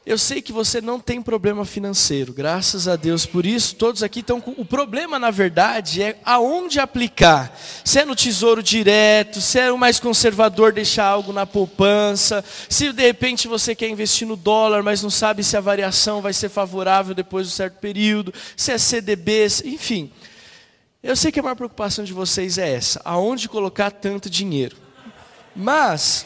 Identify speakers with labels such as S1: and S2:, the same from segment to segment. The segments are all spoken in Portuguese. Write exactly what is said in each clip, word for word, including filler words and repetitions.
S1: eu sei que você não tem problema financeiro, graças a Deus por isso, todos aqui estão com... O problema, na verdade, é aonde aplicar. Se é no tesouro direto, se é o mais conservador deixar algo na poupança, se de repente você quer investir no dólar, mas não sabe se a variação vai ser favorável depois de um certo período, se é C D Bs, enfim. Eu sei que a maior preocupação de vocês é essa, aonde colocar tanto dinheiro. Mas...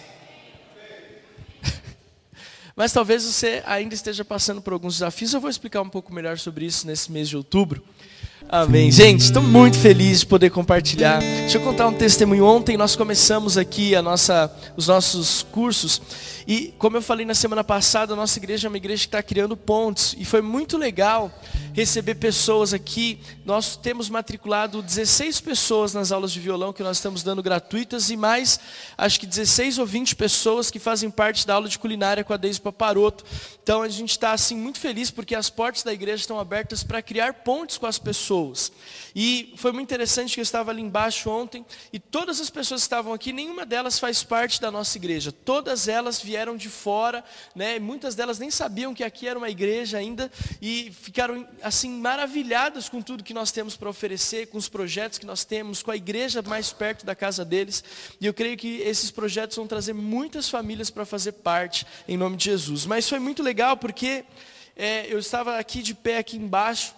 S1: Mas talvez você ainda esteja passando por alguns desafios. Eu vou explicar um pouco melhor sobre isso nesse mês de outubro. Amém. Gente, estou muito feliz de poder compartilhar. Deixa eu contar um testemunho. Ontem nós começamos aqui a nossa, os nossos cursos. E como eu falei na semana passada, a nossa igreja é uma igreja que está criando pontes. E foi muito legal receber pessoas aqui. Nós temos matriculado dezesseis pessoas nas aulas de violão que nós estamos dando gratuitas. E mais, acho que dezesseis ou vinte pessoas que fazem parte da aula de culinária com a Deise Paparoto. Então a gente está assim, muito feliz porque as portas da igreja estão abertas para criar pontes com as pessoas. E foi muito interessante que eu estava ali embaixo ontem. E todas as pessoas que estavam aqui, nenhuma delas faz parte da nossa igreja. Todas elas vieram de fora, né? Muitas delas nem sabiam que aqui era uma igreja ainda. E ficaram assim maravilhadas com tudo que nós temos para oferecer, com os projetos que nós temos, com a igreja mais perto da casa deles. E eu creio que esses projetos vão trazer muitas famílias para fazer parte, em nome de Jesus. Mas foi muito legal porque é, eu estava aqui de pé, aqui embaixo,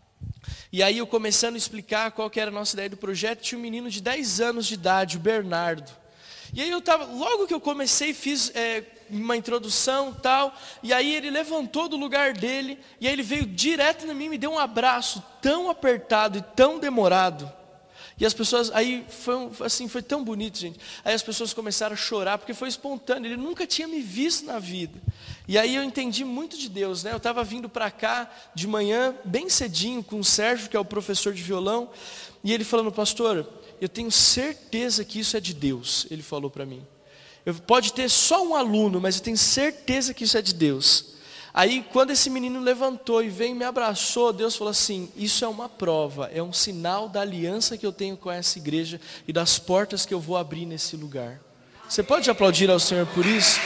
S1: e aí eu começando a explicar qual que era a nossa ideia do projeto, tinha um menino de dez anos de idade, o Bernardo. E aí eu estava, logo que eu comecei, fiz é, uma introdução e tal, e aí ele levantou do lugar dele, e aí ele veio direto na mim e me deu um abraço tão apertado e tão demorado. E as pessoas, aí foi assim, foi tão bonito, gente. Aí as pessoas começaram a chorar, porque foi espontâneo, ele nunca tinha me visto na vida. E aí eu entendi muito de Deus, né? Eu estava vindo para cá de manhã, bem cedinho, com o Sérgio, que é o professor de violão, e ele falando, pastor, eu tenho certeza que isso é de Deus, ele falou para mim. Eu, pode ter só um aluno, mas eu tenho certeza que isso é de Deus. Aí quando esse menino levantou e veio e me abraçou, Deus falou assim, isso é uma prova, é um sinal da aliança que eu tenho com essa igreja e das portas que eu vou abrir nesse lugar. Você pode aplaudir ao Senhor por isso?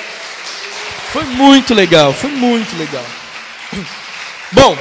S1: Foi muito legal, foi muito legal. Bom,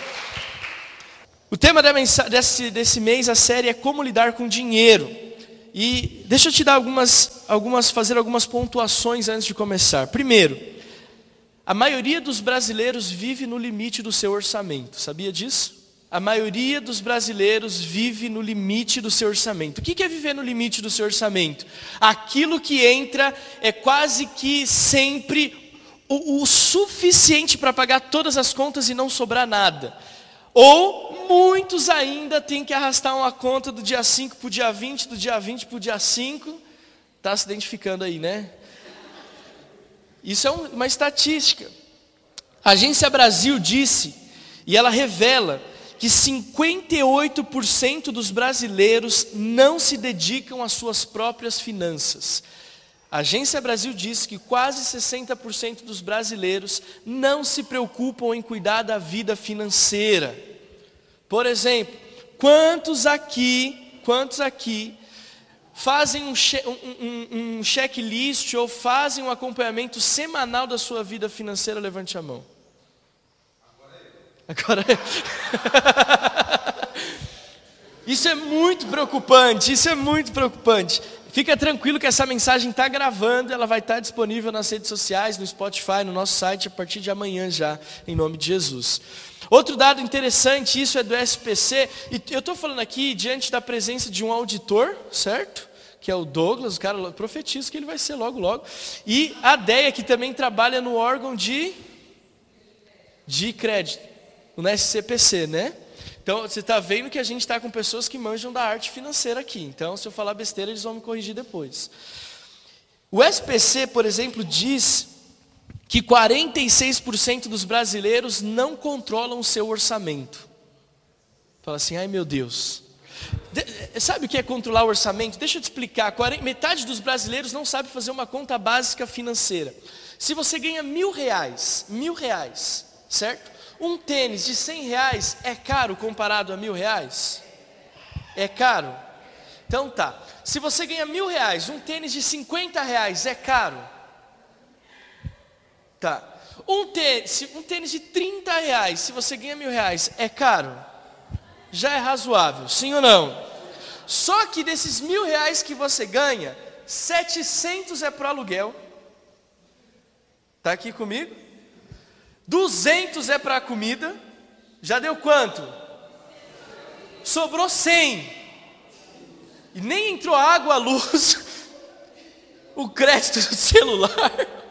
S1: o tema da mensagem, desse, desse mês, a série é como lidar com dinheiro. E deixa eu te dar algumas, algumas, fazer algumas pontuações antes de começar. Primeiro, a maioria dos brasileiros vive no limite do seu orçamento, sabia disso? A maioria dos brasileiros vive no limite do seu orçamento. O que é viver no limite do seu orçamento? Aquilo que entra é quase que sempre o, o suficiente para pagar todas as contas e não sobrar nada. Ou muitos ainda têm que arrastar uma conta do dia cinco para o dia vinte, do dia vinte para o dia cinco. Está se identificando aí, né? Isso é uma estatística. A Agência Brasil disse, e ela revela, que cinquenta e oito por cento dos brasileiros não se dedicam às suas próprias finanças. A Agência Brasil diz que quase sessenta por cento dos brasileiros não se preocupam em cuidar da vida financeira. Por exemplo, quantos aqui, quantos aqui fazem um, che um, um, um checklist ou fazem um acompanhamento semanal da sua vida financeira? Levante a mão. Agora é. Isso é muito preocupante, isso é muito preocupante. Fica tranquilo que essa mensagem está gravando, ela vai estar disponível nas redes sociais, no Spotify, no nosso site, a partir de amanhã já, em nome de Jesus. Outro dado interessante, isso é do S P C, e eu estou falando aqui diante da presença de um auditor, certo? Que é o Douglas, o cara profetiza que ele vai ser logo, logo. E a Deia, que também trabalha no órgão de, de crédito, no S C P C, né? Então, você está vendo que a gente está com pessoas que manjam da arte financeira aqui. Então, se eu falar besteira, eles vão me corrigir depois. O S P C, por exemplo, diz que quarenta e seis por cento dos brasileiros não controlam o seu orçamento. Fala assim, ai meu Deus. De, sabe o que é controlar o orçamento? Deixa eu te explicar. quarenta, metade dos brasileiros não sabe fazer uma conta básica financeira. Se você ganha mil reais, mil reais, certo? Um tênis de cem reais é caro comparado a mil reais? É caro? Então tá. Se você ganha mil reais, um tênis de cinquenta reais é caro? Tá. Um tênis, um tênis de trinta reais, se você ganha mil reais, é caro? Já é razoável, sim ou não? Só que desses mil reais que você ganha, setecentos é para o aluguel. Está aqui comigo? duzentos é para a comida. Já deu quanto? Sobrou cem. E nem entrou água, luz, o crédito do celular.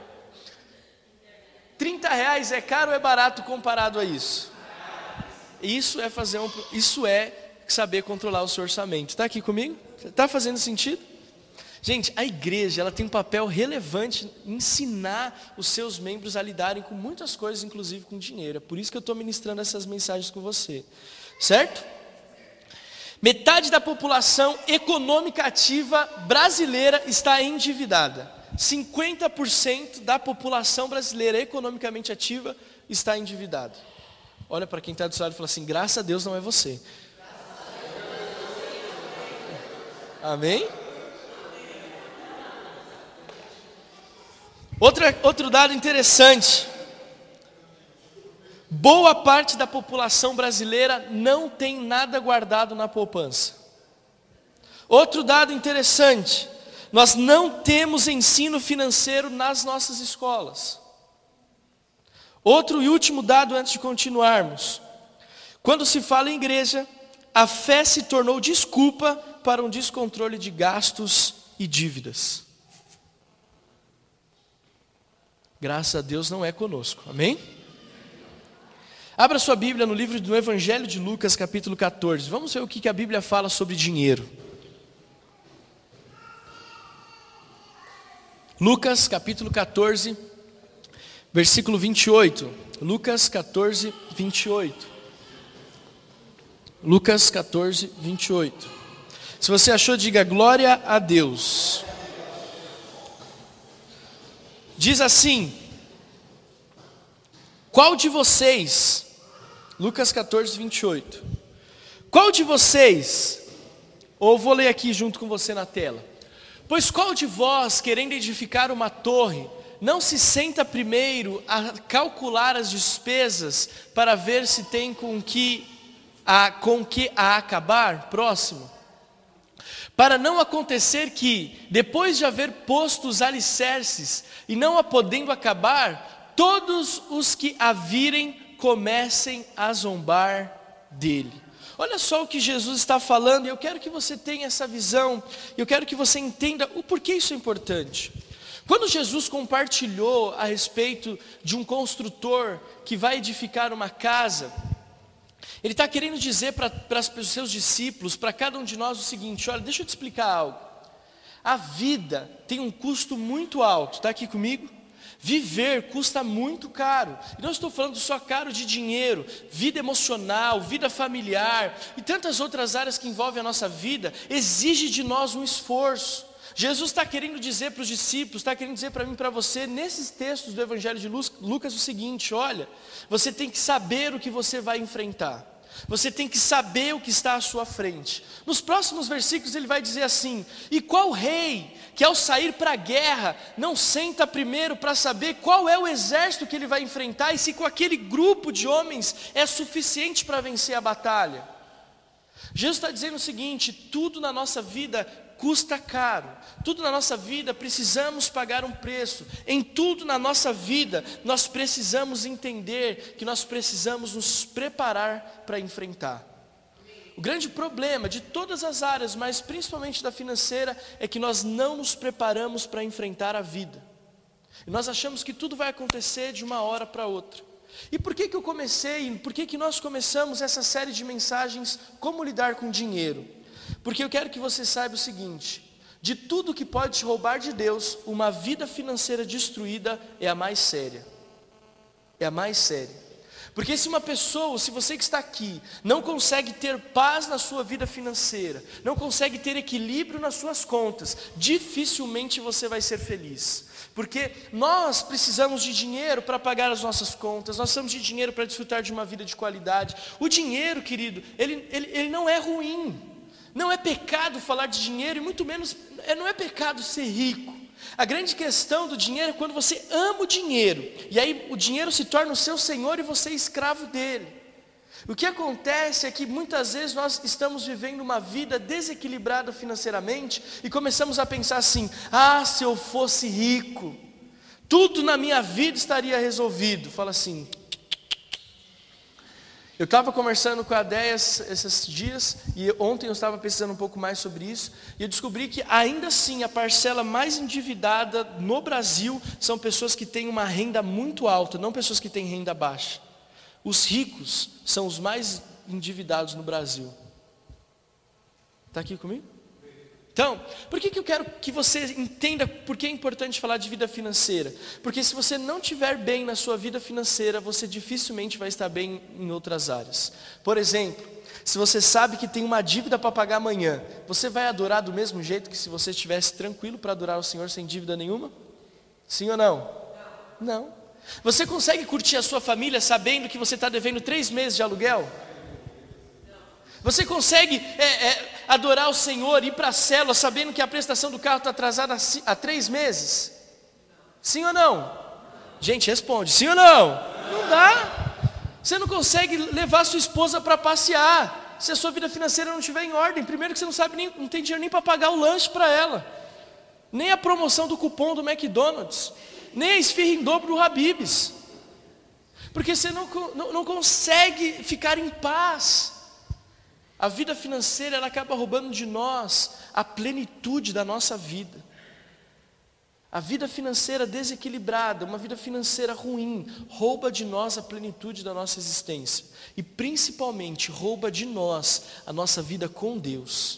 S1: trinta reais é caro ou é barato comparado a isso? Isso é fazer um, isso é saber controlar o seu orçamento. Está aqui comigo? Está fazendo sentido? Gente, a igreja ela tem um papel relevante em ensinar os seus membros a lidarem com muitas coisas, inclusive com dinheiro. É por isso que eu estou ministrando essas mensagens com você. Certo? Metade da população econômica ativa brasileira está endividada. cinquenta por cento da população brasileira economicamente ativa está endividada. Olha para quem está do seu lado e fala assim, graças a Deus não é você. Amém? Outra, outro dado interessante. Boa parte da população brasileira não tem nada guardado na poupança. Outro dado interessante. Nós não temos ensino financeiro nas nossas escolas. Outro e último dado antes de continuarmos. Quando se fala em igreja, a fé se tornou desculpa para um descontrole de gastos e dívidas. Graças a Deus não é conosco, amém? Abra sua Bíblia no livro do Evangelho de Lucas, capítulo quatorze. Vamos ver o que a Bíblia fala sobre dinheiro. Lucas, capítulo quatorze, versículo vinte e oito. Lucas quatorze, vinte e oito. Lucas quatorze, vinte e oito. Se você achou, diga glória a Deus. Diz assim: qual de vocês, Lucas quatorze, vinte e oito, qual de vocês, ou vou ler aqui junto com você na tela, pois qual de vós, querendo edificar uma torre, não se senta primeiro a calcular as despesas, para ver se tem com que a, com que a acabar, próximo? Para não acontecer que, depois de haver posto os alicerces, e não a podendo acabar, todos os que a virem comecem a zombar dele. Olha só o que Jesus está falando, e eu quero que você tenha essa visão, eu quero que você entenda o porquê isso é importante. Quando Jesus compartilhou a respeito de um construtor que vai edificar uma casa, ele está querendo dizer para os seus discípulos, para cada um de nós o seguinte: olha, deixa eu te explicar algo. A vida tem um custo muito alto, está aqui comigo? Viver custa muito caro. E não estou falando só caro de dinheiro, vida emocional, vida familiar e tantas outras áreas que envolvem a nossa vida, exige de nós um esforço. Jesus está querendo dizer para os discípulos, está querendo dizer para mim e para você, nesses textos do Evangelho de Lucas, o seguinte: olha, você tem que saber o que você vai enfrentar. Você tem que saber o que está à sua frente. Nos próximos versículos ele vai dizer assim: e qual rei que ao sair para a guerra não senta primeiro para saber qual é o exército que ele vai enfrentar e se com aquele grupo de homens é suficiente para vencer a batalha? Jesus está dizendo o seguinte: tudo na nossa vida custa caro, tudo na nossa vida precisamos pagar um preço, em tudo na nossa vida nós precisamos entender que nós precisamos nos preparar para enfrentar. O grande problema de todas as áreas, mas principalmente da financeira, é que nós não nos preparamos para enfrentar a vida, e nós achamos que tudo vai acontecer de uma hora para outra. E por que que eu comecei, por que que nós começamos essa série de mensagens, como lidar com dinheiro? Porque eu quero que você saiba o seguinte: de tudo que pode te roubar de Deus, uma vida financeira destruída é a mais séria. É a mais séria. Porque se uma pessoa, se você que está aqui, não consegue ter paz na sua vida financeira, não consegue ter equilíbrio nas suas contas, dificilmente você vai ser feliz. Porque nós precisamos de dinheiro para pagar as nossas contas, nós precisamos de dinheiro para desfrutar de uma vida de qualidade. O dinheiro, querido, ele, ele, ele não é ruim. Não é pecado falar de dinheiro, e muito menos, não é pecado ser rico. A grande questão do dinheiro é quando você ama o dinheiro, e aí o dinheiro se torna o seu senhor e você é escravo dele. O que acontece é que muitas vezes nós estamos vivendo uma vida desequilibrada financeiramente e começamos a pensar assim: ah, se eu fosse rico, tudo na minha vida estaria resolvido. Fala assim. Eu estava conversando com a Déia esses dias, e ontem eu estava pesquisando um pouco mais sobre isso, e eu descobri que ainda assim a parcela mais endividada no Brasil são pessoas que têm uma renda muito alta, não pessoas que têm renda baixa. Os ricos são os mais endividados no Brasil. Está aqui comigo? Então, por que que eu quero que você entenda por que é importante falar de vida financeira? Porque se você não estiver bem na sua vida financeira, você dificilmente vai estar bem em outras áreas. Por exemplo, se você sabe que tem uma dívida para pagar amanhã, você vai adorar do mesmo jeito que se você estivesse tranquilo para adorar o Senhor sem dívida nenhuma? Sim ou não? Não. Você consegue curtir a sua família sabendo que você está devendo três meses de aluguel? Você consegue é, é, adorar o Senhor, ir para a célula sabendo que a prestação do carro está atrasada há, há três meses? Sim ou não? Gente, responde, sim ou não? Não dá. Você não consegue levar sua esposa para passear se a sua vida financeira não estiver em ordem. Primeiro que você não sabe nem, não tem dinheiro nem para pagar o lanche para ela, nem a promoção do cupom do McDonald's, nem a esfirra em dobro do Habib's, porque você não, não, não consegue ficar em paz. A vida financeira, ela acaba roubando de nós a plenitude da nossa vida. A vida financeira desequilibrada, uma vida financeira ruim, rouba de nós a plenitude da nossa existência. E principalmente rouba de nós a nossa vida com Deus.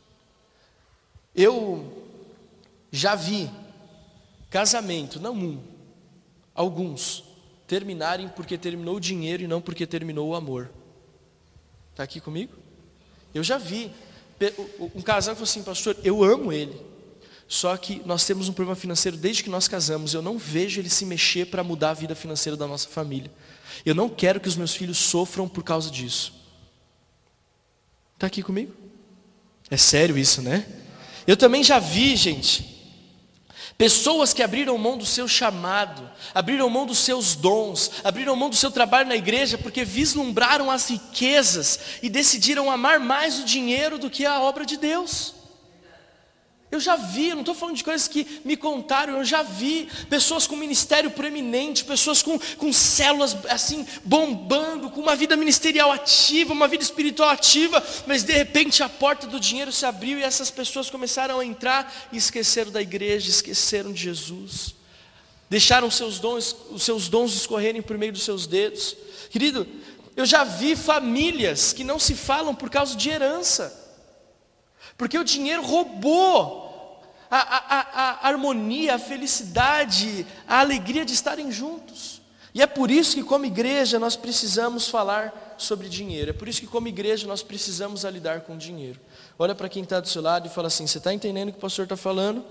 S1: Eu já vi casamento, não um, alguns, terminarem porque terminou o dinheiro e não porque terminou o amor. Está aqui comigo? Eu já vi um casal que falou assim: pastor, eu amo ele, só que nós temos um problema financeiro desde que nós casamos. Eu não vejo ele se mexer para mudar a vida financeira da nossa família. Eu não quero que os meus filhos sofram por causa disso. Está aqui comigo? É sério isso, né? Eu também já vi, gente, pessoas que abriram mão do seu chamado, abriram mão dos seus dons, abriram mão do seu trabalho na igreja, porque vislumbraram as riquezas e decidiram amar mais o dinheiro do que a obra de Deus. Eu já vi, eu não estou falando de coisas que me contaram, eu já vi pessoas com ministério proeminente, pessoas com, com células assim, bombando, com uma vida ministerial ativa, uma vida espiritual ativa, mas de repente a porta do dinheiro se abriu e essas pessoas começaram a entrar e esqueceram da igreja, esqueceram de Jesus, deixaram seus dons, os seus dons escorrerem por meio dos seus dedos. Querido, eu já vi famílias que não se falam por causa de herança, porque o dinheiro roubou A, a, a, a harmonia, a felicidade, a alegria de estarem juntos. E é por isso que como igreja nós precisamos falar sobre dinheiro. É por isso que como igreja nós precisamos a lidar com dinheiro. Olha para quem está do seu lado e fala assim: você está entendendo o que o pastor está falando?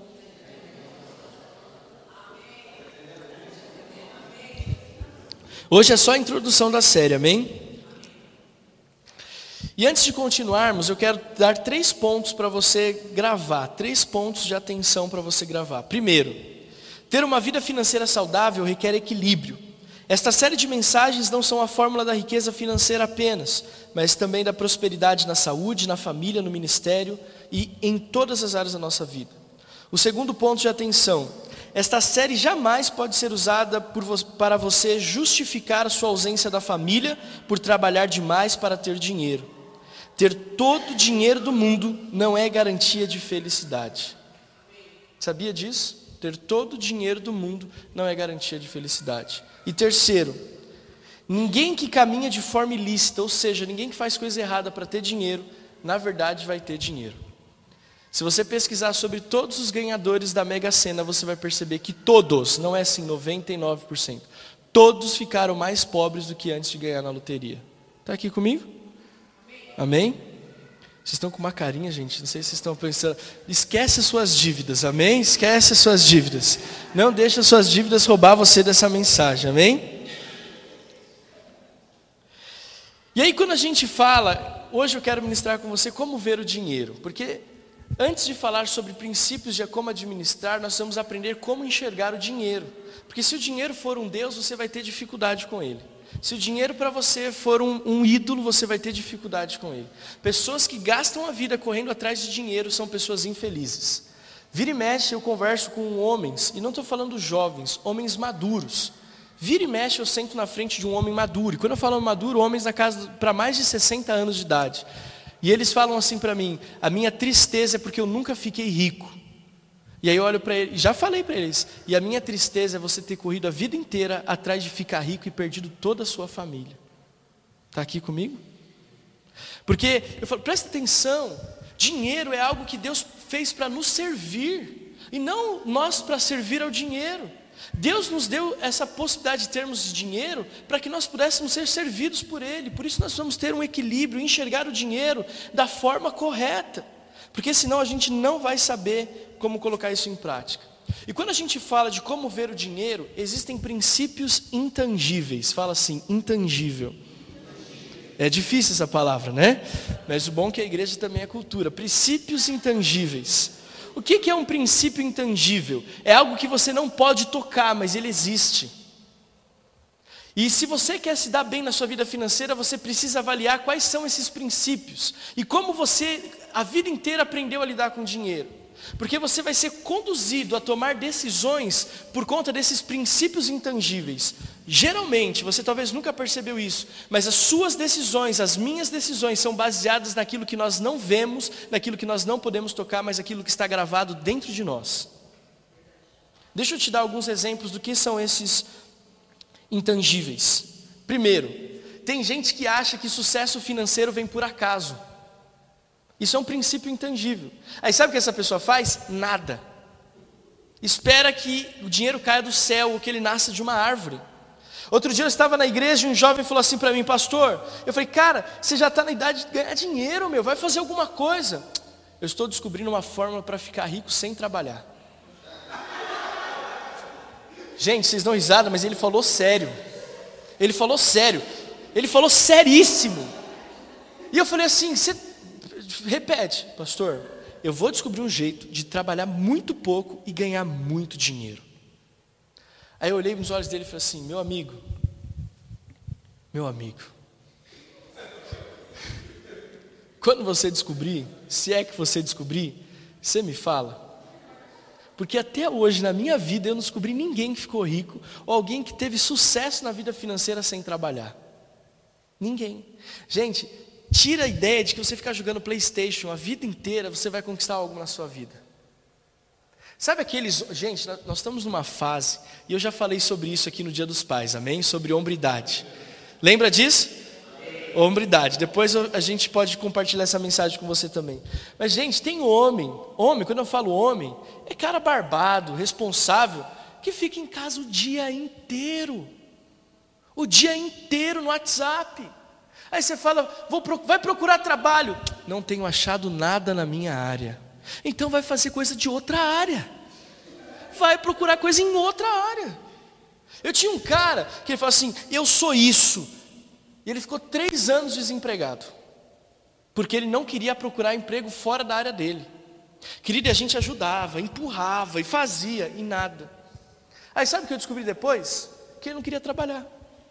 S1: Hoje é só a introdução da série, amém? E antes de continuarmos, eu quero dar três pontos para você gravar, três pontos de atenção para você gravar. Primeiro, ter uma vida financeira saudável requer equilíbrio. Esta série de mensagens não são a fórmula da riqueza financeira apenas, mas também da prosperidade na saúde, na família, no ministério e em todas as áreas da nossa vida. O segundo ponto de atenção: esta série jamais pode ser usada por vo- para você justificar a sua ausência da família por trabalhar demais para ter dinheiro. Ter todo o dinheiro do mundo não é garantia de felicidade. Sabia disso? Ter todo o dinheiro do mundo não é garantia de felicidade. E terceiro, ninguém que caminha de forma ilícita, ou seja, ninguém que faz coisa errada para ter dinheiro, na verdade vai ter dinheiro. Se você pesquisar sobre todos os ganhadores da Mega Sena, você vai perceber que todos, não é assim noventa e nove por cento, todos ficaram mais pobres do que antes de ganhar na loteria. Está aqui comigo? Amém? Vocês estão com uma carinha, gente, não sei se vocês estão pensando. Esquece as suas dívidas, amém? Esquece as suas dívidas. Não deixe as suas dívidas roubar você dessa mensagem, amém? E aí quando a gente fala, hoje eu quero ministrar com você como ver o dinheiro, porque Antes de falar sobre princípios de como administrar, nós vamos aprender como enxergar o dinheiro. Porque se o dinheiro for um Deus, você vai ter dificuldade com ele. Se o dinheiro para você for um, um ídolo, você vai ter dificuldade com ele. Pessoas que gastam a vida correndo atrás de dinheiro são pessoas infelizes. Vira e mexe, eu converso com homens, e não estou falando jovens, homens maduros. Vira e mexe, eu sento na frente de um homem maduro. E quando eu falo maduro, homens na casa para mais de sessenta anos de idade. E eles falam assim para mim: a minha tristeza é porque eu nunca fiquei rico. E aí eu olho para eles, já falei para eles, e a minha tristeza é você ter corrido a vida inteira atrás de ficar rico e perdido toda a sua família. Está aqui comigo? Porque, eu falo, presta atenção, dinheiro é algo que Deus fez para nos servir, e não nós para servir ao dinheiro. Deus nos deu essa possibilidade de termos dinheiro para que nós pudéssemos ser servidos por Ele. Por isso nós vamos ter um equilíbrio, enxergar o dinheiro da forma correta. Porque senão a gente não vai saber como colocar isso em prática. E quando a gente fala de como ver o dinheiro, existem princípios intangíveis. Fala assim, intangível. É difícil essa palavra, né? Mas o bom é que a igreja também é cultura. Princípios intangíveis. O que é um princípio intangível? É algo que você não pode tocar, mas ele existe. E se você quer se dar bem na sua vida financeira, você precisa avaliar quais são esses princípios. E como você, a vida inteira, aprendeu a lidar com dinheiro. Porque você vai ser conduzido a tomar decisões por conta desses princípios intangíveis. Geralmente, você talvez nunca percebeu isso, mas as suas decisões, as minhas decisões são baseadas naquilo que nós não vemos, naquilo que nós não podemos tocar, mas aquilo que está gravado dentro de nós. Deixa eu te dar alguns exemplos do que são esses intangíveis. Primeiro, tem gente que acha que sucesso financeiro vem por acaso. Isso é um princípio intangível. Aí sabe o que essa pessoa faz? Nada. Espera que o dinheiro caia do céu ou que ele nasça de uma árvore. Outro dia eu estava na igreja e um jovem falou assim para mim: pastor, eu falei, cara, você já está na idade de ganhar dinheiro, meu, vai fazer alguma coisa. Eu estou descobrindo uma fórmula para ficar rico sem trabalhar. Gente, vocês dão risada, mas ele falou sério. Ele falou sério. Ele falou seríssimo. E eu falei assim, você... repete, pastor, eu vou descobrir um jeito de trabalhar muito pouco e ganhar muito dinheiro. Aí eu olhei nos olhos dele e falei assim: meu amigo, meu amigo, quando você descobrir, se é que você descobrir, você me fala. Porque até hoje na minha vida eu não descobri ninguém que ficou rico, ou alguém que teve sucesso na vida financeira sem trabalhar. Ninguém. Gente, tira a ideia de que você ficar jogando PlayStation a vida inteira, você vai conquistar algo na sua vida. Sabe aqueles... Gente, nós estamos numa fase, e eu já falei sobre isso aqui no Dia dos Pais, amém? Sobre hombridade. Lembra disso? Hombridade. Depois a gente pode compartilhar essa mensagem com você também. Mas, gente, tem homem, homem, quando eu falo homem, é cara barbado, responsável, que fica em casa o dia inteiro. O dia inteiro no WhatsApp. Aí você fala, Vou, vai procurar trabalho. Não tenho achado nada na minha área. Então vai fazer coisa de outra área. Vai procurar coisa em outra área. Eu tinha um cara que ele falou assim, eu sou isso. E ele ficou três anos desempregado. Porque ele não queria procurar emprego fora da área dele. Querido, a gente ajudava, empurrava e fazia, e nada. Aí sabe o que eu descobri depois? Que ele não queria trabalhar.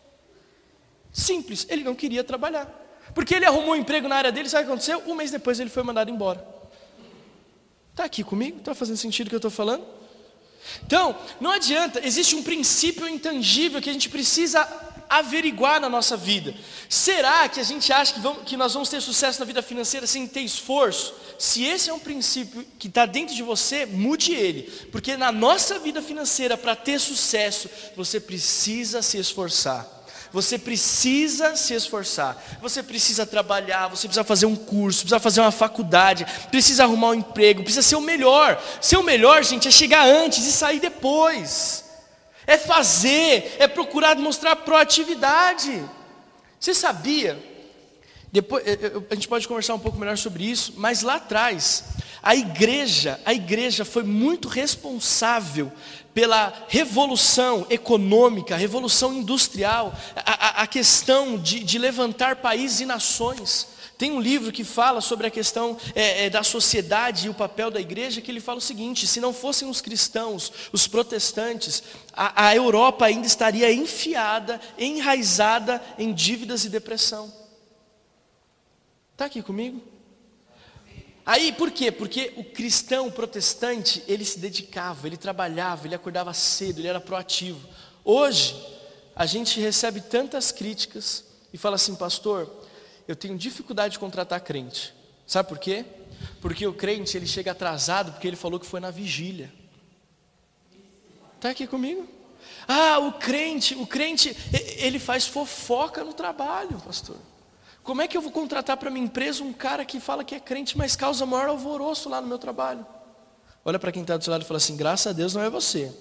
S1: Simples, ele não queria trabalhar. Porque ele arrumou um emprego na área dele, sabe o que aconteceu? Um mês depois ele foi mandado embora. Está aqui comigo? Está fazendo sentido o que eu estou falando? Então, não adianta, existe um princípio intangível que a gente precisa averiguar na nossa vida. Será que a gente acha que, vamos, que nós vamos ter sucesso na vida financeira sem ter esforço? Se esse é um princípio que está dentro de você, mude ele. Porque na nossa vida financeira, para ter sucesso, você precisa se esforçar. Você precisa se esforçar, você precisa trabalhar, você precisa fazer um curso, precisa fazer uma faculdade, precisa arrumar um emprego, precisa ser o melhor. Ser o melhor, gente, é chegar antes e sair depois. É fazer, é procurar mostrar proatividade. Você sabia Depois, a gente pode conversar um pouco melhor sobre isso, mas lá atrás, a igreja, a igreja foi muito responsável pela revolução econômica, revolução industrial, a, a, a questão de, de levantar países e nações. Tem um livro que fala sobre a questão é, é, da sociedade e o papel da igreja, que ele fala o seguinte: se não fossem os cristãos, os protestantes, a, a Europa ainda estaria enfiada, enraizada em dívidas e depressão. Está aqui comigo? Aí, por quê? Porque o cristão o protestante, ele se dedicava, ele trabalhava, ele acordava cedo, ele era proativo. Hoje, a gente recebe tantas críticas e fala assim: pastor, eu tenho dificuldade de contratar crente. Sabe por quê? Porque o crente, ele chega atrasado porque ele falou que foi na vigília. Está aqui comigo? Ah, o crente, o crente, ele faz fofoca no trabalho, pastor. Como é que eu vou contratar para minha empresa um cara que fala que é crente, mas causa maior alvoroço lá no meu trabalho? Olha para quem está do seu lado e fala assim: graças a Deus não é você.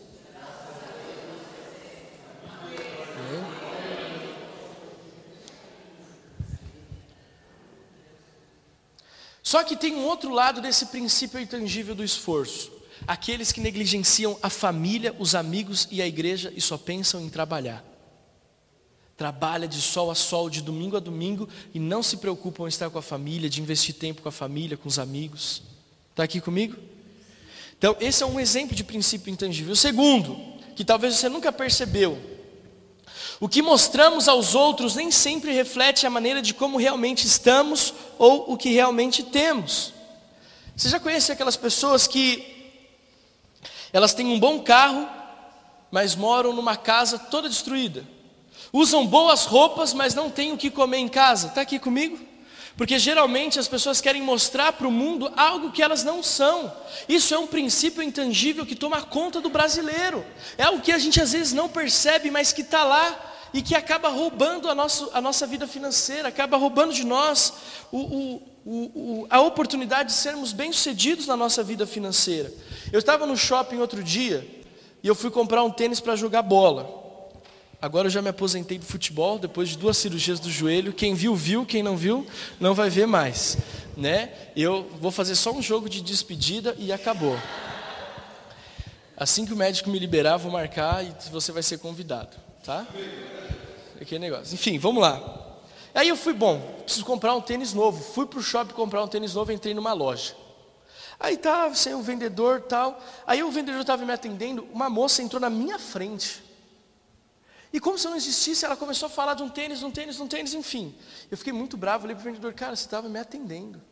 S1: Só que tem um outro lado desse princípio intangível do esforço. Aqueles que negligenciam a família, os amigos e a igreja e só pensam em trabalhar. Trabalha de sol a sol, de domingo a domingo, e não se preocupam em estar com a família, de investir tempo com a família, com os amigos. Está aqui comigo? Então, esse é um exemplo de princípio intangível. O segundo, que talvez você nunca percebeu: o que mostramos aos outros nem sempre reflete a maneira de como realmente estamos ou o que realmente temos. Você já conhece aquelas pessoas que elas têm um bom carro, mas moram numa casa toda destruída? Usam boas roupas, mas não têm o que comer em casa. Está aqui comigo? Porque geralmente as pessoas querem mostrar para o mundo algo que elas não são. Isso é um princípio intangível que toma conta do brasileiro. É algo que a gente às vezes não percebe, mas que está lá e que acaba roubando a nossa, a nossa vida financeira, acaba roubando de nós o, o, o, a oportunidade de sermos bem-sucedidos na nossa vida financeira. Eu estava no shopping outro dia e eu fui comprar um tênis para jogar bola. Agora eu já me aposentei do futebol, depois de duas cirurgias do joelho. Quem viu, viu. Quem não viu, não vai ver mais, né? Eu vou fazer só um jogo de despedida e acabou. Assim que o médico me liberar, vou marcar e você vai ser convidado, tá? Aquele negócio. Enfim, vamos lá. Aí eu fui, bom, preciso comprar um tênis novo. Fui para o shopping comprar um tênis novo, entrei numa loja. Aí tá, sem o vendedor e tal. Aí o vendedor estava me atendendo, uma moça entrou na minha frente. E como se eu não existisse, ela começou a falar de um tênis, de um tênis, de um tênis, enfim. Eu fiquei muito bravo, olhei para o vendedor: cara, você estava me atendendo.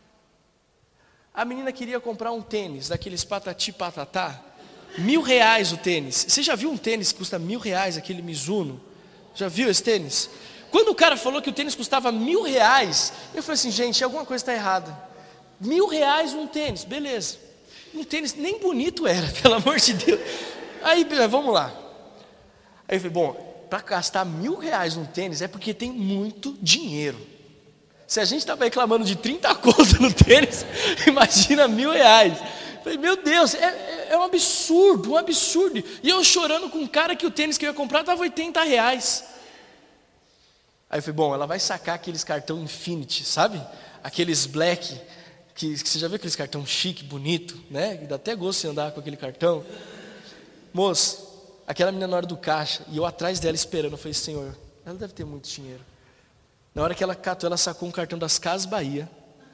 S1: A menina queria comprar um tênis, daqueles patati patatá, mil reais o tênis. Você já viu um tênis que custa mil reais, aquele Mizuno? Já viu esse tênis? Quando o cara falou que o tênis custava mil reais, eu falei assim: gente, alguma coisa está errada. Mil reais um tênis, beleza. Um tênis nem bonito era, pelo amor de Deus. Aí, vamos lá. Aí eu falei: bom, para gastar mil reais num tênis é porque tem muito dinheiro. Se a gente estava reclamando de trinta conto no tênis, imagina mil reais. Eu falei: meu Deus, é, é um absurdo, um absurdo. E eu chorando com um cara que o tênis que eu ia comprar estava oitenta reais. Aí eu falei: bom, ela vai sacar aqueles cartão Infinity, sabe? Aqueles black, que, que você já viu aqueles cartão chique, bonito, né? Que dá até gosto de andar com aquele cartão. Moço, aquela menina na hora do caixa, e eu atrás dela esperando, eu falei: Senhor, ela deve ter muito dinheiro. Na hora que ela catou, ela sacou um cartão das Casas Bahia.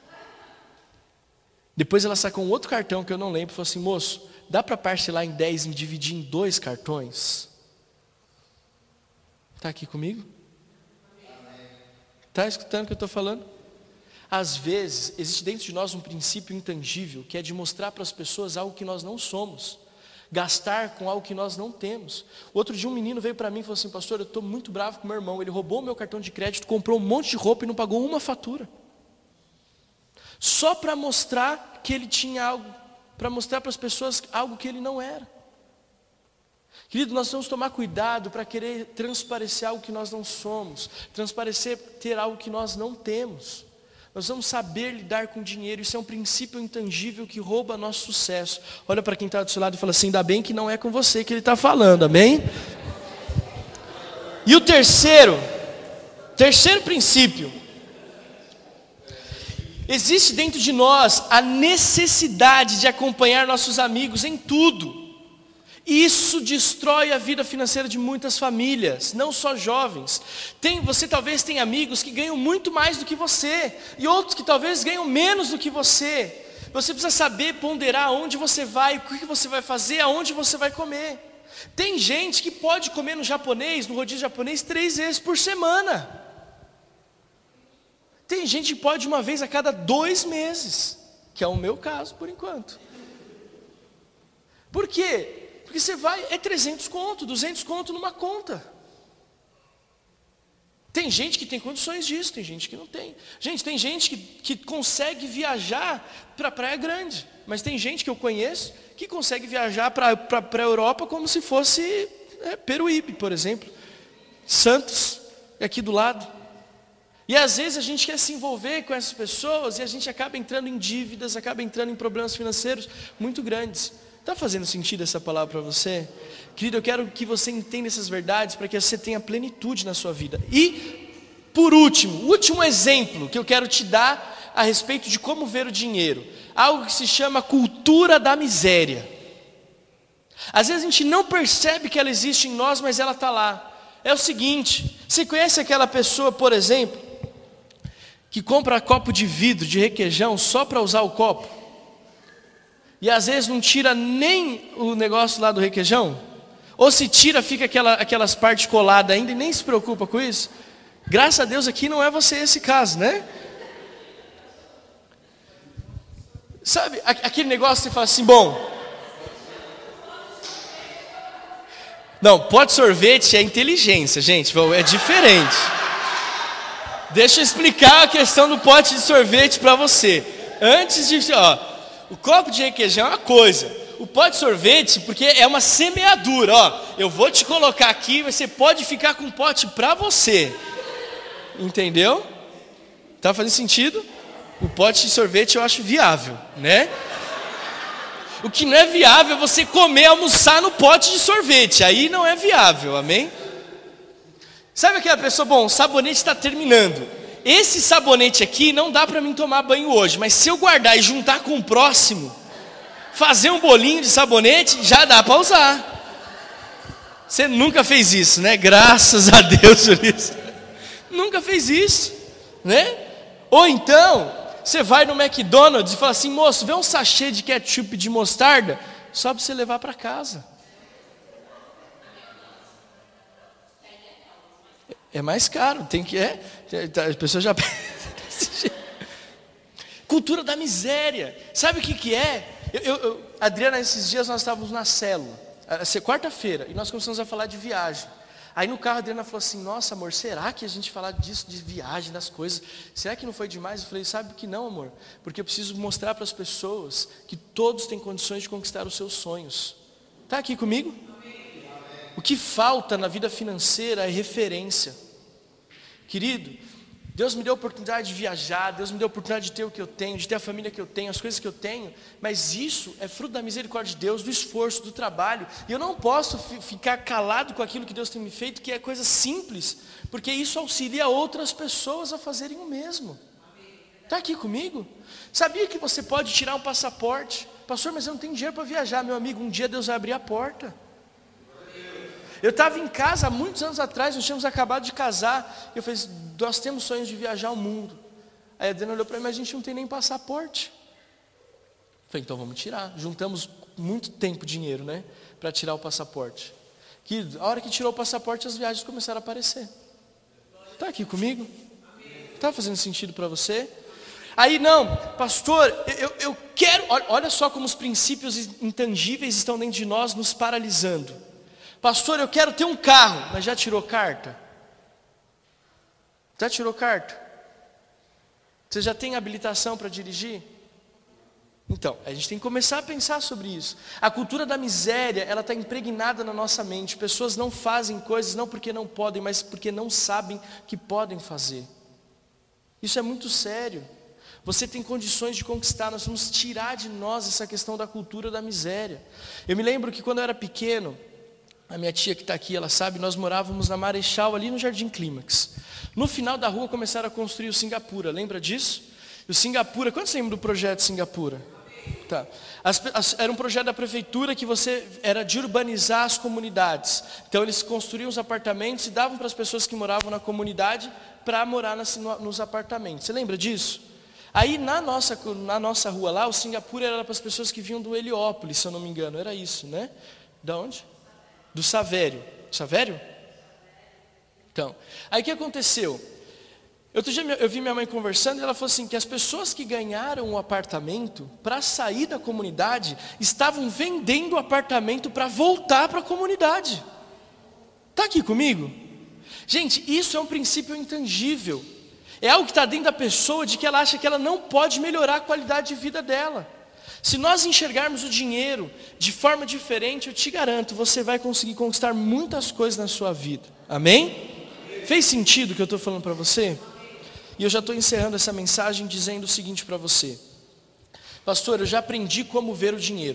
S1: Depois ela sacou um outro cartão que eu não lembro, falou assim: moço, dá para parcelar em dez e me dividir em dois cartões? Está aqui comigo? Está escutando o que eu estou falando? Às vezes, existe dentro de nós um princípio intangível, que é de mostrar para as pessoas algo que nós não somos. Gastar com algo que nós não temos. Outro dia um menino veio para mim e falou assim: pastor, eu estou muito bravo com meu irmão. Ele roubou o meu cartão de crédito, comprou um monte de roupa e não pagou uma fatura. Só para mostrar que ele tinha algo, para mostrar para as pessoas algo que ele não era. Querido, nós temos que tomar cuidado para querer transparecer algo que nós não somos. Transparecer, ter algo que nós não temos. Nós vamos saber lidar com dinheiro. Isso é um princípio intangível que rouba nosso sucesso. Olha para quem está do seu lado e fala assim: ainda bem que não é com você que ele está falando, amém? E o terceiro, terceiro princípio, existe dentro de nós a necessidade de acompanhar nossos amigos em tudo. Isso destrói a vida financeira de muitas famílias, não só jovens. Tem, você talvez tenha amigos que ganham muito mais do que você, e outros que talvez ganham menos do que você. Você precisa saber ponderar aonde você vai, o que você vai fazer, aonde você vai comer. Tem gente que pode comer no japonês, no rodízio japonês, três vezes por semana. Tem gente que pode uma vez a cada dois meses, que é o meu caso por enquanto. Por quê? Porque você vai, é trezentos conto, duzentos conto numa conta. Tem gente que tem condições disso, tem gente que não tem. Gente, tem gente que, que consegue viajar para a Praia Grande. Mas tem gente que eu conheço que consegue viajar para a Europa como se fosse é, Peruíbe, por exemplo. Santos, aqui do lado. E às vezes a gente quer se envolver com essas pessoas e a gente acaba entrando em dívidas, acaba entrando em problemas financeiros muito grandes. Está fazendo sentido essa palavra para você? Querido, eu quero que você entenda essas verdades para que você tenha plenitude na sua vida. E, por último, o último exemplo que eu quero te dar a respeito de como ver o dinheiro. Algo que se chama cultura da miséria. Às vezes a gente não percebe que ela existe em nós, mas ela está lá. É o seguinte, você conhece aquela pessoa, por exemplo, que compra copo de vidro, de requeijão, só para usar o copo? E às vezes não tira nem o negócio lá do requeijão? Ou se tira, fica aquela, aquelas partes coladas ainda e nem se preocupa com isso? Graças a Deus aqui não é você esse caso, né? Sabe, aquele negócio que você fala assim, bom... Não, pote de sorvete é inteligência, gente, é diferente. Deixa eu explicar a questão do pote de sorvete para você. Antes de... ó, o copo de requeijão é uma coisa, o pote de sorvete, porque é uma semeadura, ó, eu vou te colocar aqui, você pode ficar com um pote para você, entendeu? Tá fazendo sentido? O pote de sorvete eu acho viável, né? O que não é viável é você comer, almoçar no pote de sorvete, aí não é viável, amém? Sabe aquela pessoa, bom, o sabonete está terminando. Esse sabonete aqui não dá para mim tomar banho hoje, mas se eu guardar e juntar com o próximo, fazer um bolinho de sabonete, já dá para usar. Você nunca fez isso, né? Graças a Deus por isso. Nunca fez isso, né? Ou então, você vai no McDonald's e fala assim, moço, vê um sachê de ketchup de mostarda, só para você levar para casa. É mais caro, tem que é, as pessoas já cultura da miséria. Sabe o que que é? Eu, eu, eu, Adriana, esses dias nós estávamos na célula, quarta-feira, e nós começamos a falar de viagem. Aí no carro a Adriana falou assim, nossa amor, será que a gente falar disso, de viagem, das coisas, será que não foi demais? Eu falei, sabe que não, amor, porque eu preciso mostrar para as pessoas que todos têm condições de conquistar os seus sonhos. Está aqui comigo? O que falta na vida financeira é referência. Querido, Deus me deu a oportunidade de viajar, Deus me deu a oportunidade de ter o que eu tenho, de ter a família que eu tenho, as coisas que eu tenho, mas isso é fruto da misericórdia de Deus, do esforço, do trabalho, e eu não posso ficar calado com aquilo que Deus tem me feito, que é coisa simples, porque isso auxilia outras pessoas a fazerem o mesmo. Está aqui comigo? Sabia que você pode tirar um passaporte? Pastor, mas eu não tenho dinheiro para viajar. Meu amigo, um dia Deus vai abrir a porta. Eu estava em casa há muitos anos atrás, nós tínhamos acabado de casar, e eu falei, nós temos sonhos de viajar ao mundo. Aí a Adriana olhou para mim, mas a gente não tem nem passaporte. Eu falei, então vamos tirar. Juntamos muito tempo, dinheiro, né, para tirar o passaporte. Que a hora que tirou o passaporte, as viagens começaram a aparecer. Está aqui comigo? Está fazendo sentido para você? Aí não, pastor, eu, eu quero, olha só como os princípios intangíveis estão dentro de nós, nos paralisando. Pastor, eu quero ter um carro, mas já tirou carta? Já tirou carta? Você já tem habilitação para dirigir? Então, a gente tem que começar a pensar sobre isso. A cultura da miséria, ela está impregnada na nossa mente. Pessoas não fazem coisas não porque não podem, mas porque não sabem que podem fazer. Isso é muito sério. Você tem condições de conquistar, nós vamos tirar de nós essa questão da cultura da miséria. Eu me lembro que quando eu era pequeno, a minha tia que está aqui, ela sabe, nós morávamos na Marechal, ali no Jardim Clímax. No final da rua começaram a construir o Singapura, lembra disso? O Singapura, quantos lembram do projeto Singapura? Tá. As, as, era um projeto da prefeitura que você era de urbanizar as comunidades. Então eles construíam os apartamentos e davam para as pessoas que moravam na comunidade para morar nas, no, nos apartamentos. Você lembra disso? Aí na nossa, na nossa rua lá, o Singapura era para as pessoas que vinham do Heliópolis, se eu não me engano, era isso, né? Da onde? Do Savério. Savério? Então, aí o que aconteceu? Outro dia eu vi minha mãe conversando e ela falou assim, que as pessoas que ganharam o apartamento, para sair da comunidade, estavam vendendo o apartamento para voltar para a comunidade. Está aqui comigo? Gente, isso é um princípio intangível. É algo que está dentro da pessoa, de que ela acha que ela não pode melhorar a qualidade de vida dela. Se nós enxergarmos o dinheiro de forma diferente, eu te garanto, você vai conseguir conquistar muitas coisas na sua vida. Amém? Fez sentido o que eu estou falando para você? E eu já estou encerrando essa mensagem dizendo o seguinte para você. Pastor, eu já aprendi como ver o dinheiro.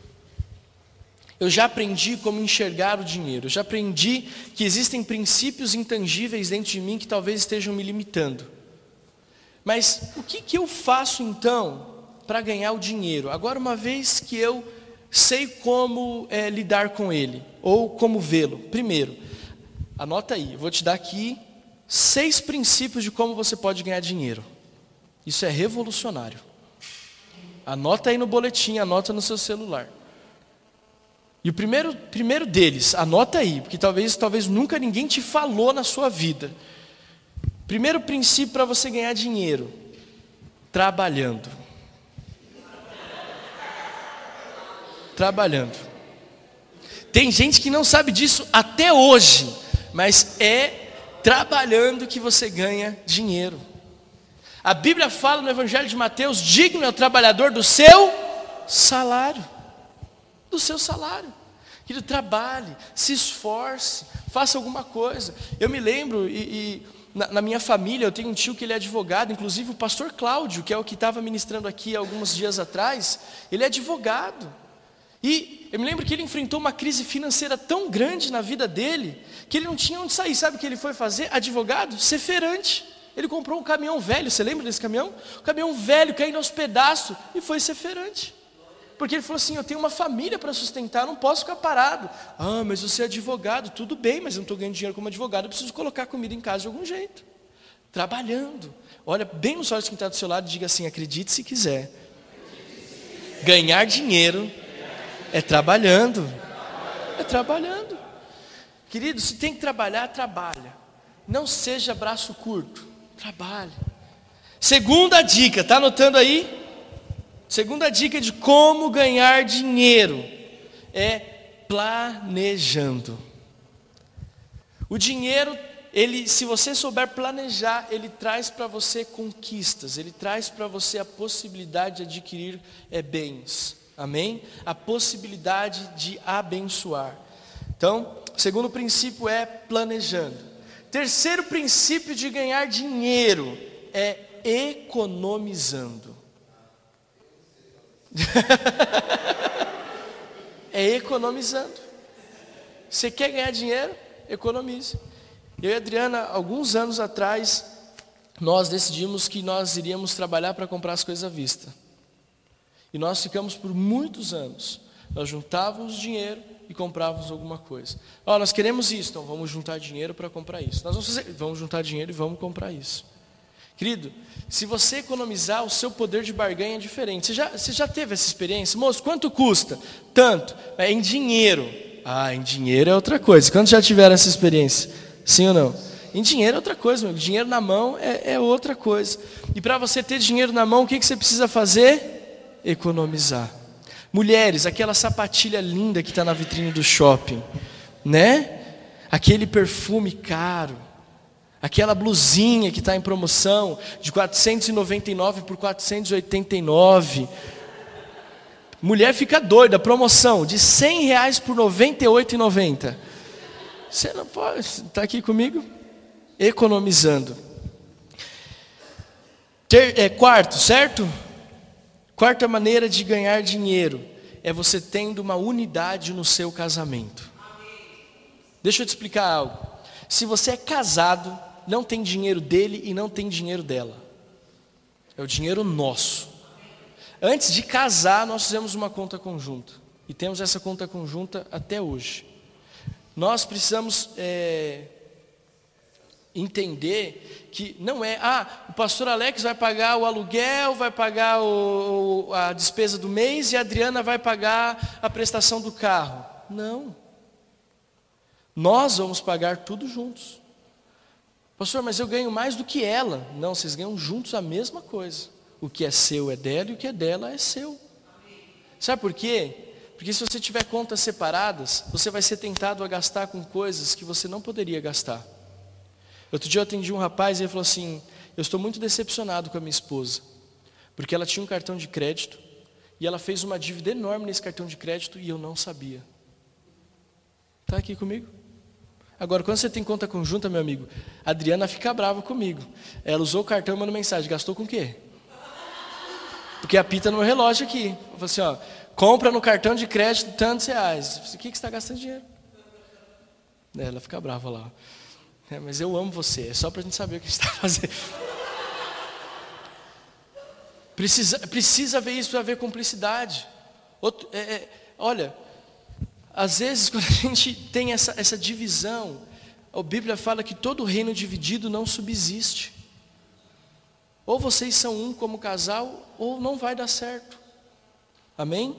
S1: Eu já aprendi como enxergar o dinheiro. Eu já aprendi que existem princípios intangíveis dentro de mim que talvez estejam me limitando. Mas o que, que eu faço então para ganhar o dinheiro? Agora, uma vez que eu sei como é, lidar com ele, ou como vê-lo. Primeiro, anota aí, eu vou te dar aqui seis princípios de como você pode ganhar dinheiro. Isso é revolucionário. Anota aí no boletim, anota no seu celular. E o primeiro, primeiro deles, anota aí, porque talvez, talvez nunca ninguém te falou na sua vida. Primeiro princípio para você ganhar dinheiro: trabalhando. Trabalhando. Tem gente que não sabe disso até hoje, mas é trabalhando que você ganha dinheiro. A Bíblia fala no Evangelho de Mateus, digno é o trabalhador do seu salário. Do seu salário. Que ele trabalhe, se esforce, faça alguma coisa. Eu me lembro, e, e na, na minha família, eu tenho um tio que ele é advogado, inclusive o pastor Cláudio, que é o que estava ministrando aqui alguns dias atrás, ele é advogado. E eu me lembro que ele enfrentou uma crise financeira tão grande na vida dele, que ele não tinha onde sair. Sabe o que ele foi fazer? Advogado? Ser feirante. Ele comprou um caminhão velho, você lembra desse caminhão? Um caminhão velho, caindo aos pedaços, e foi ser feirante. Porque ele falou assim, eu tenho uma família para sustentar, não posso ficar parado. Ah, mas você é advogado, tudo bem, mas eu não estou ganhando dinheiro como advogado, eu preciso colocar comida em casa de algum jeito. Trabalhando. Olha bem nos olhos de quem está do seu lado e diga assim, acredite se quiser. Ganhar dinheiro é trabalhando. É trabalhando. Querido, se tem que trabalhar, trabalha. Não seja braço curto. Trabalhe. Segunda dica, está anotando aí? Segunda dica de como ganhar dinheiro é planejando. O dinheiro, ele, se você souber planejar, ele traz para você conquistas, ele traz para você a possibilidade de adquirir é, bens. Amém? A possibilidade de abençoar. Então, o segundo princípio é planejando. Terceiro princípio de ganhar dinheiro é economizando. É economizando. Você quer ganhar dinheiro? Economize. Eu e a Adriana, alguns anos atrás, nós decidimos que nós iríamos trabalhar para comprar as coisas à vista. E nós ficamos por muitos anos. Nós juntávamos dinheiro e comprávamos alguma coisa. Ó, oh, nós queremos isso, então vamos juntar dinheiro para comprar isso. Nós vamos fazer, vamos juntar dinheiro e vamos comprar isso. Querido, se você economizar, o seu poder de barganha é diferente. Você já, você já teve essa experiência? Moço, quanto custa? Tanto. É em dinheiro. Ah, em dinheiro é outra coisa. Quantos já tiveram essa experiência? Sim ou não? Em dinheiro é outra coisa, meu. Dinheiro na mão é, é outra coisa. E para você ter dinheiro na mão, o que, que você precisa fazer? Economizar. Mulheres, aquela sapatilha linda que está na vitrine do shopping, né? Aquele perfume caro, aquela blusinha que está em promoção de quatrocentos e noventa e nove por quatrocentos e oitenta e nove. Mulher fica doida, promoção de cem reais por noventa e oito reais e noventa centavos. Você não pode, está aqui comigo? Economizando. Ter, é, quarto, certo? Quarta maneira de ganhar dinheiro é você tendo uma unidade no seu casamento. Deixa eu te explicar algo. Se você é casado, não tem dinheiro dele e não tem dinheiro dela. É o dinheiro nosso. Antes de casar, nós fizemos uma conta conjunta. E temos essa conta conjunta até hoje. Nós precisamos é, entender que não é, ah, o pastor Alex vai pagar o aluguel, vai pagar o, a despesa do mês e a Adriana vai pagar a prestação do carro. Não. Nós vamos pagar tudo juntos. Pastor, mas eu ganho mais do que ela. Não, vocês ganham juntos a mesma coisa. O que é seu é dela e o que é dela é seu. Sabe por quê? Porque se você tiver contas separadas, você vai ser tentado a gastar com coisas que você não poderia gastar. Outro dia eu atendi um rapaz e ele falou assim, eu estou muito decepcionado com a minha esposa, porque ela tinha um cartão de crédito e ela fez uma dívida enorme nesse cartão de crédito e eu não sabia. Está aqui comigo? Agora, quando você tem conta conjunta, meu amigo, a Adriana fica brava comigo. Ela usou o cartão e mandou mensagem, gastou com o quê? Porque apita no meu relógio aqui. Eu falei assim, ó, compra no cartão de crédito tantos reais. O que, que você está gastando dinheiro? Ela fica brava lá. É, mas eu amo você, é só para a gente saber o que a gente está fazendo. Precisa, precisa ver isso para ver cumplicidade. Outro, é, é, olha, às vezes quando a gente tem essa, essa divisão, a Bíblia fala que todo reino dividido não subsiste. Ou vocês são um como casal, ou não vai dar certo. Amém?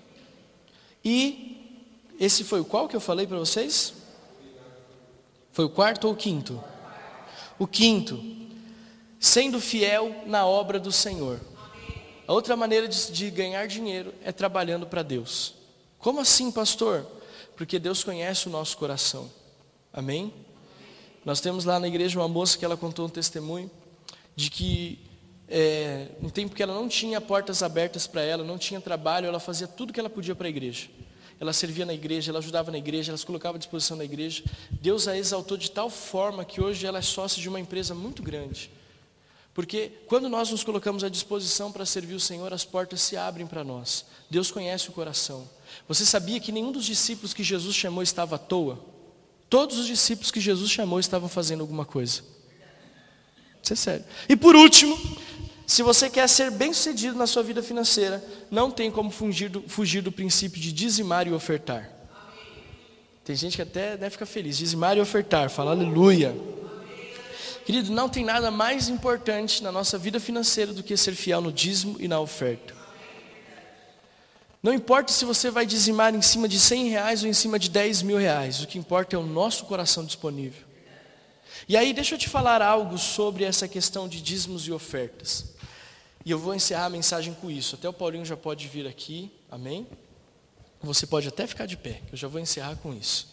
S1: E esse foi o qual que eu falei para vocês? Foi o quarto ou o quinto? O quinto, sendo fiel na obra do Senhor. A outra maneira de, de ganhar dinheiro é trabalhando para Deus. Como assim, pastor? Porque Deus conhece o nosso coração. Amém? Nós temos lá na igreja uma moça que ela contou um testemunho de que é, um tempo que ela não tinha portas abertas para ela, não tinha trabalho, ela fazia tudo que ela podia para a igreja. Ela servia na igreja, ela ajudava na igreja, ela se colocava à disposição na igreja. Deus a exaltou de tal forma que hoje ela é sócia de uma empresa muito grande. Porque quando nós nos colocamos à disposição para servir o Senhor, as portas se abrem para nós. Deus conhece o coração. Você sabia que nenhum dos discípulos que Jesus chamou estava à toa? Todos os discípulos que Jesus chamou estavam fazendo alguma coisa. Isso é sério. E por último, se você quer ser bem-sucedido na sua vida financeira, não tem como fugir do, fugir do princípio de dizimar e ofertar. Tem gente que até deve ficar feliz. Dizimar e ofertar. Fala aleluia. Querido, não tem nada mais importante na nossa vida financeira do que ser fiel no dízimo e na oferta. Não importa se você vai dizimar em cima de cem reais ou em cima de dez mil reais. O que importa é o nosso coração disponível. E aí, deixa eu te falar algo sobre essa questão de dízimos e ofertas. E eu vou encerrar a mensagem com isso. Até o Paulinho já pode vir aqui, amém? Você pode até ficar de pé, que eu já vou encerrar com isso.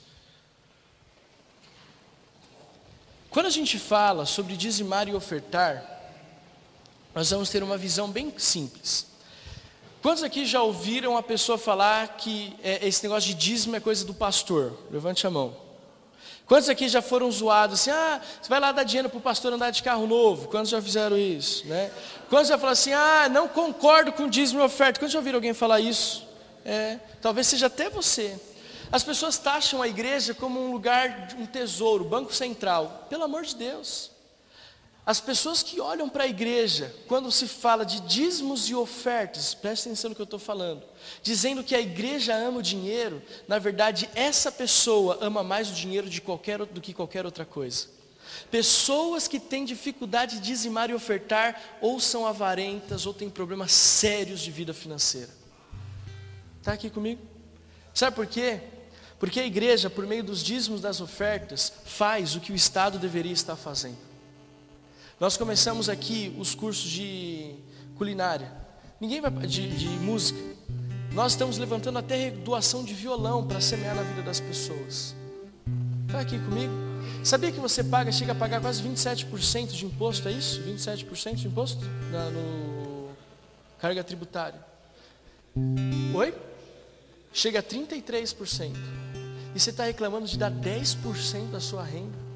S1: Quando a gente fala sobre dizimar e ofertar, nós vamos ter uma visão bem simples. Quantos aqui já ouviram a pessoa falar que é, esse negócio de dízimo é coisa do pastor? Levante a mão. Quantos aqui já foram zoados assim, ah, você vai lá dar dinheiro para o pastor andar de carro novo? Quantos já fizeram isso? Né? Quantos já falaram assim, ah, não concordo com dízimo e oferta? Quantos já ouviram alguém falar isso? É, talvez seja até você. As pessoas taxam a igreja como um lugar, um tesouro, banco central. Pelo amor de Deus. As pessoas que olham para a igreja, quando se fala de dízimos e ofertas, presta atenção no que eu estou falando, dizendo que a igreja ama o dinheiro, na verdade essa pessoa ama mais o dinheiro de qualquer, do que qualquer outra coisa. Pessoas que têm dificuldade de dizimar e ofertar, ou são avarentas, ou têm problemas sérios de vida financeira. Está aqui comigo? Sabe por quê? Porque a igreja, por meio dos dízimos das ofertas, faz o que o Estado deveria estar fazendo. Nós começamos aqui os cursos de culinária, ninguém vai de, de música. Nós estamos levantando até doação de violão para semear na vida das pessoas. Está aqui comigo? Sabia que você paga, chega a pagar quase vinte e sete por cento de imposto, é isso? vinte e sete por cento de imposto na no carga tributária. Oi? Chega a trinta e três por cento. E você está reclamando de dar dez por cento da sua renda?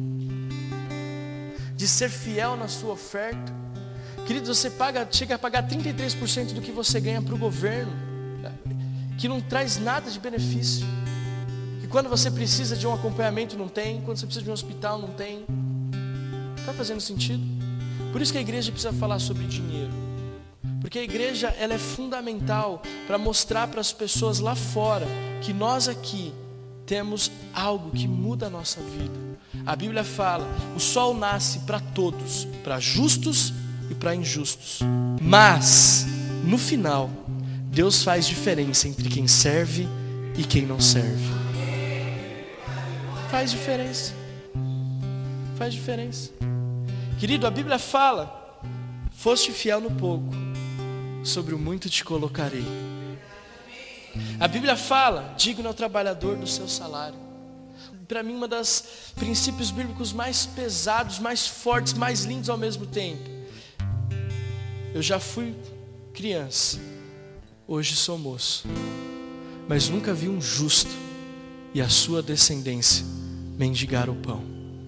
S1: De ser fiel na sua oferta. Querido, você paga, chega a pagar trinta e três por cento do que você ganha para o governo, que não traz nada de benefício, que quando você precisa de um acompanhamento não tem, quando você precisa de um hospital não tem. Está fazendo sentido? Por isso que a igreja precisa falar sobre dinheiro. Porque a igreja, ela é fundamental para mostrar para as pessoas lá fora que nós aqui temos algo que muda a nossa vida. A Bíblia fala, o sol nasce para todos, para justos e para injustos. Mas, no final, Deus faz diferença entre quem serve e quem não serve. Faz diferença. Faz diferença. Querido, a Bíblia fala, foste fiel no pouco, sobre o muito te colocarei. A Bíblia fala, digno é o trabalhador do seu salário. Para mim, um dos princípios bíblicos mais pesados, mais fortes, mais lindos ao mesmo tempo. Eu já fui criança, hoje sou moço, mas nunca vi um justo e a sua descendência mendigar o pão.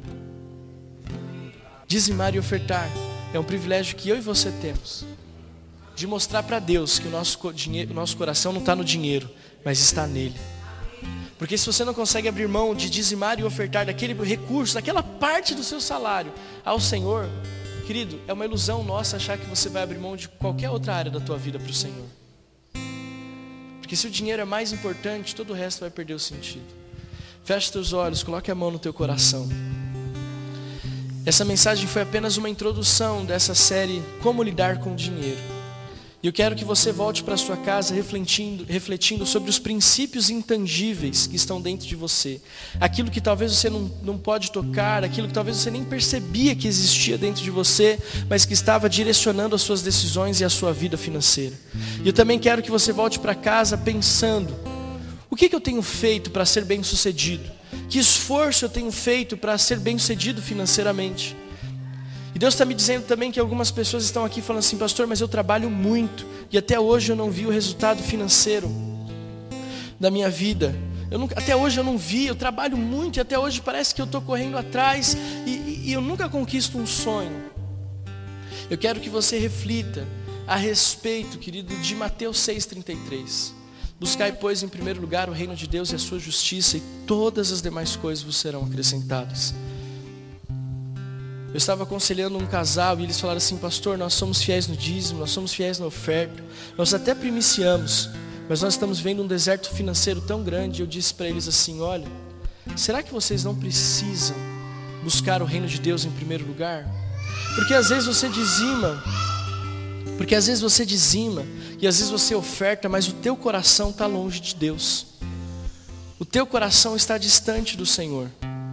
S1: Dizimar e ofertar é um privilégio que eu e você temos, de mostrar para Deus que o nosso, dinheiro, o nosso coração não está no dinheiro, mas está nele. Porque se você não consegue abrir mão de dizimar e ofertar daquele recurso, daquela parte do seu salário ao Senhor, querido, é uma ilusão nossa achar que você vai abrir mão de qualquer outra área da tua vida para o Senhor. Porque se o dinheiro é mais importante, todo o resto vai perder o sentido. Feche teus olhos, coloque a mão no teu coração. Essa mensagem foi apenas uma introdução dessa série Como Lidar com o Dinheiro. E eu quero que você volte para sua casa refletindo, refletindo sobre os princípios intangíveis que estão dentro de você. Aquilo que talvez você não, não pode tocar, aquilo que talvez você nem percebia que existia dentro de você, mas que estava direcionando as suas decisões e a sua vida financeira. E eu também quero que você volte para casa pensando, o que, que eu tenho feito para ser bem sucedido? Que esforço eu tenho feito para ser bem sucedido financeiramente? E Deus está me dizendo também que algumas pessoas estão aqui falando assim, pastor, mas eu trabalho muito e até hoje eu não vi o resultado financeiro da minha vida. Eu nunca, até hoje eu não vi, eu trabalho muito e até hoje parece que eu estou correndo atrás e, e, e eu nunca conquisto um sonho. Eu quero que você reflita a respeito, querido, de Mateus seis, trinta e três. Buscai, pois, em primeiro lugar o reino de Deus e a sua justiça, e todas as demais coisas vos serão acrescentadas. Eu estava aconselhando um casal e eles falaram assim, pastor, nós somos fiéis no dízimo, nós somos fiéis na oferta, nós até primiciamos, mas nós estamos vendo um deserto financeiro tão grande. Eu disse para eles assim, olha, será que vocês não precisam buscar o reino de Deus em primeiro lugar? Porque às vezes você dizima, porque às vezes você dizima, e às vezes você oferta, mas o teu coração está longe de Deus. O teu coração está distante do Senhor.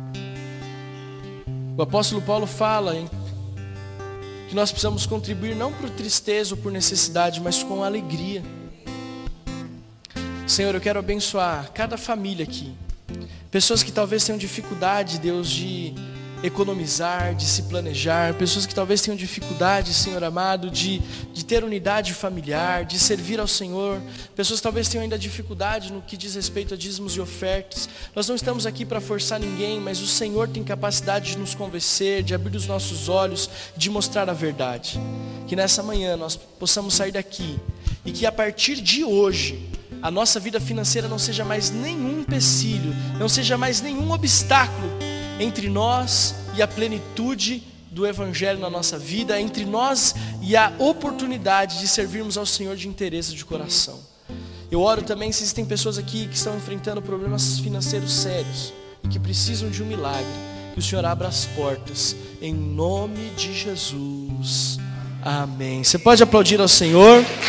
S1: O apóstolo Paulo fala hein, que nós precisamos contribuir não por tristeza ou por necessidade, mas com alegria. Senhor, eu quero abençoar cada família aqui. Pessoas que talvez tenham dificuldade, Deus, de economizar, de se planejar. Pessoas que talvez tenham dificuldade, Senhor amado, de, de ter unidade familiar, de servir ao Senhor. Pessoas que talvez tenham ainda dificuldade no que diz respeito a dízimos e ofertas. Nós não estamos aqui para forçar ninguém, mas o Senhor tem capacidade de nos convencer, de abrir os nossos olhos, de mostrar a verdade. Que nessa manhã nós possamos sair daqui e que a partir de hoje a nossa vida financeira não seja mais nenhum empecilho, não seja mais nenhum obstáculo entre nós e a plenitude do Evangelho na nossa vida, entre nós e a oportunidade de servirmos ao Senhor de interesse de coração. Eu oro também se existem pessoas aqui que estão enfrentando problemas financeiros sérios e que precisam de um milagre, que o Senhor abra as portas, em nome de Jesus. Amém. Você pode aplaudir ao Senhor.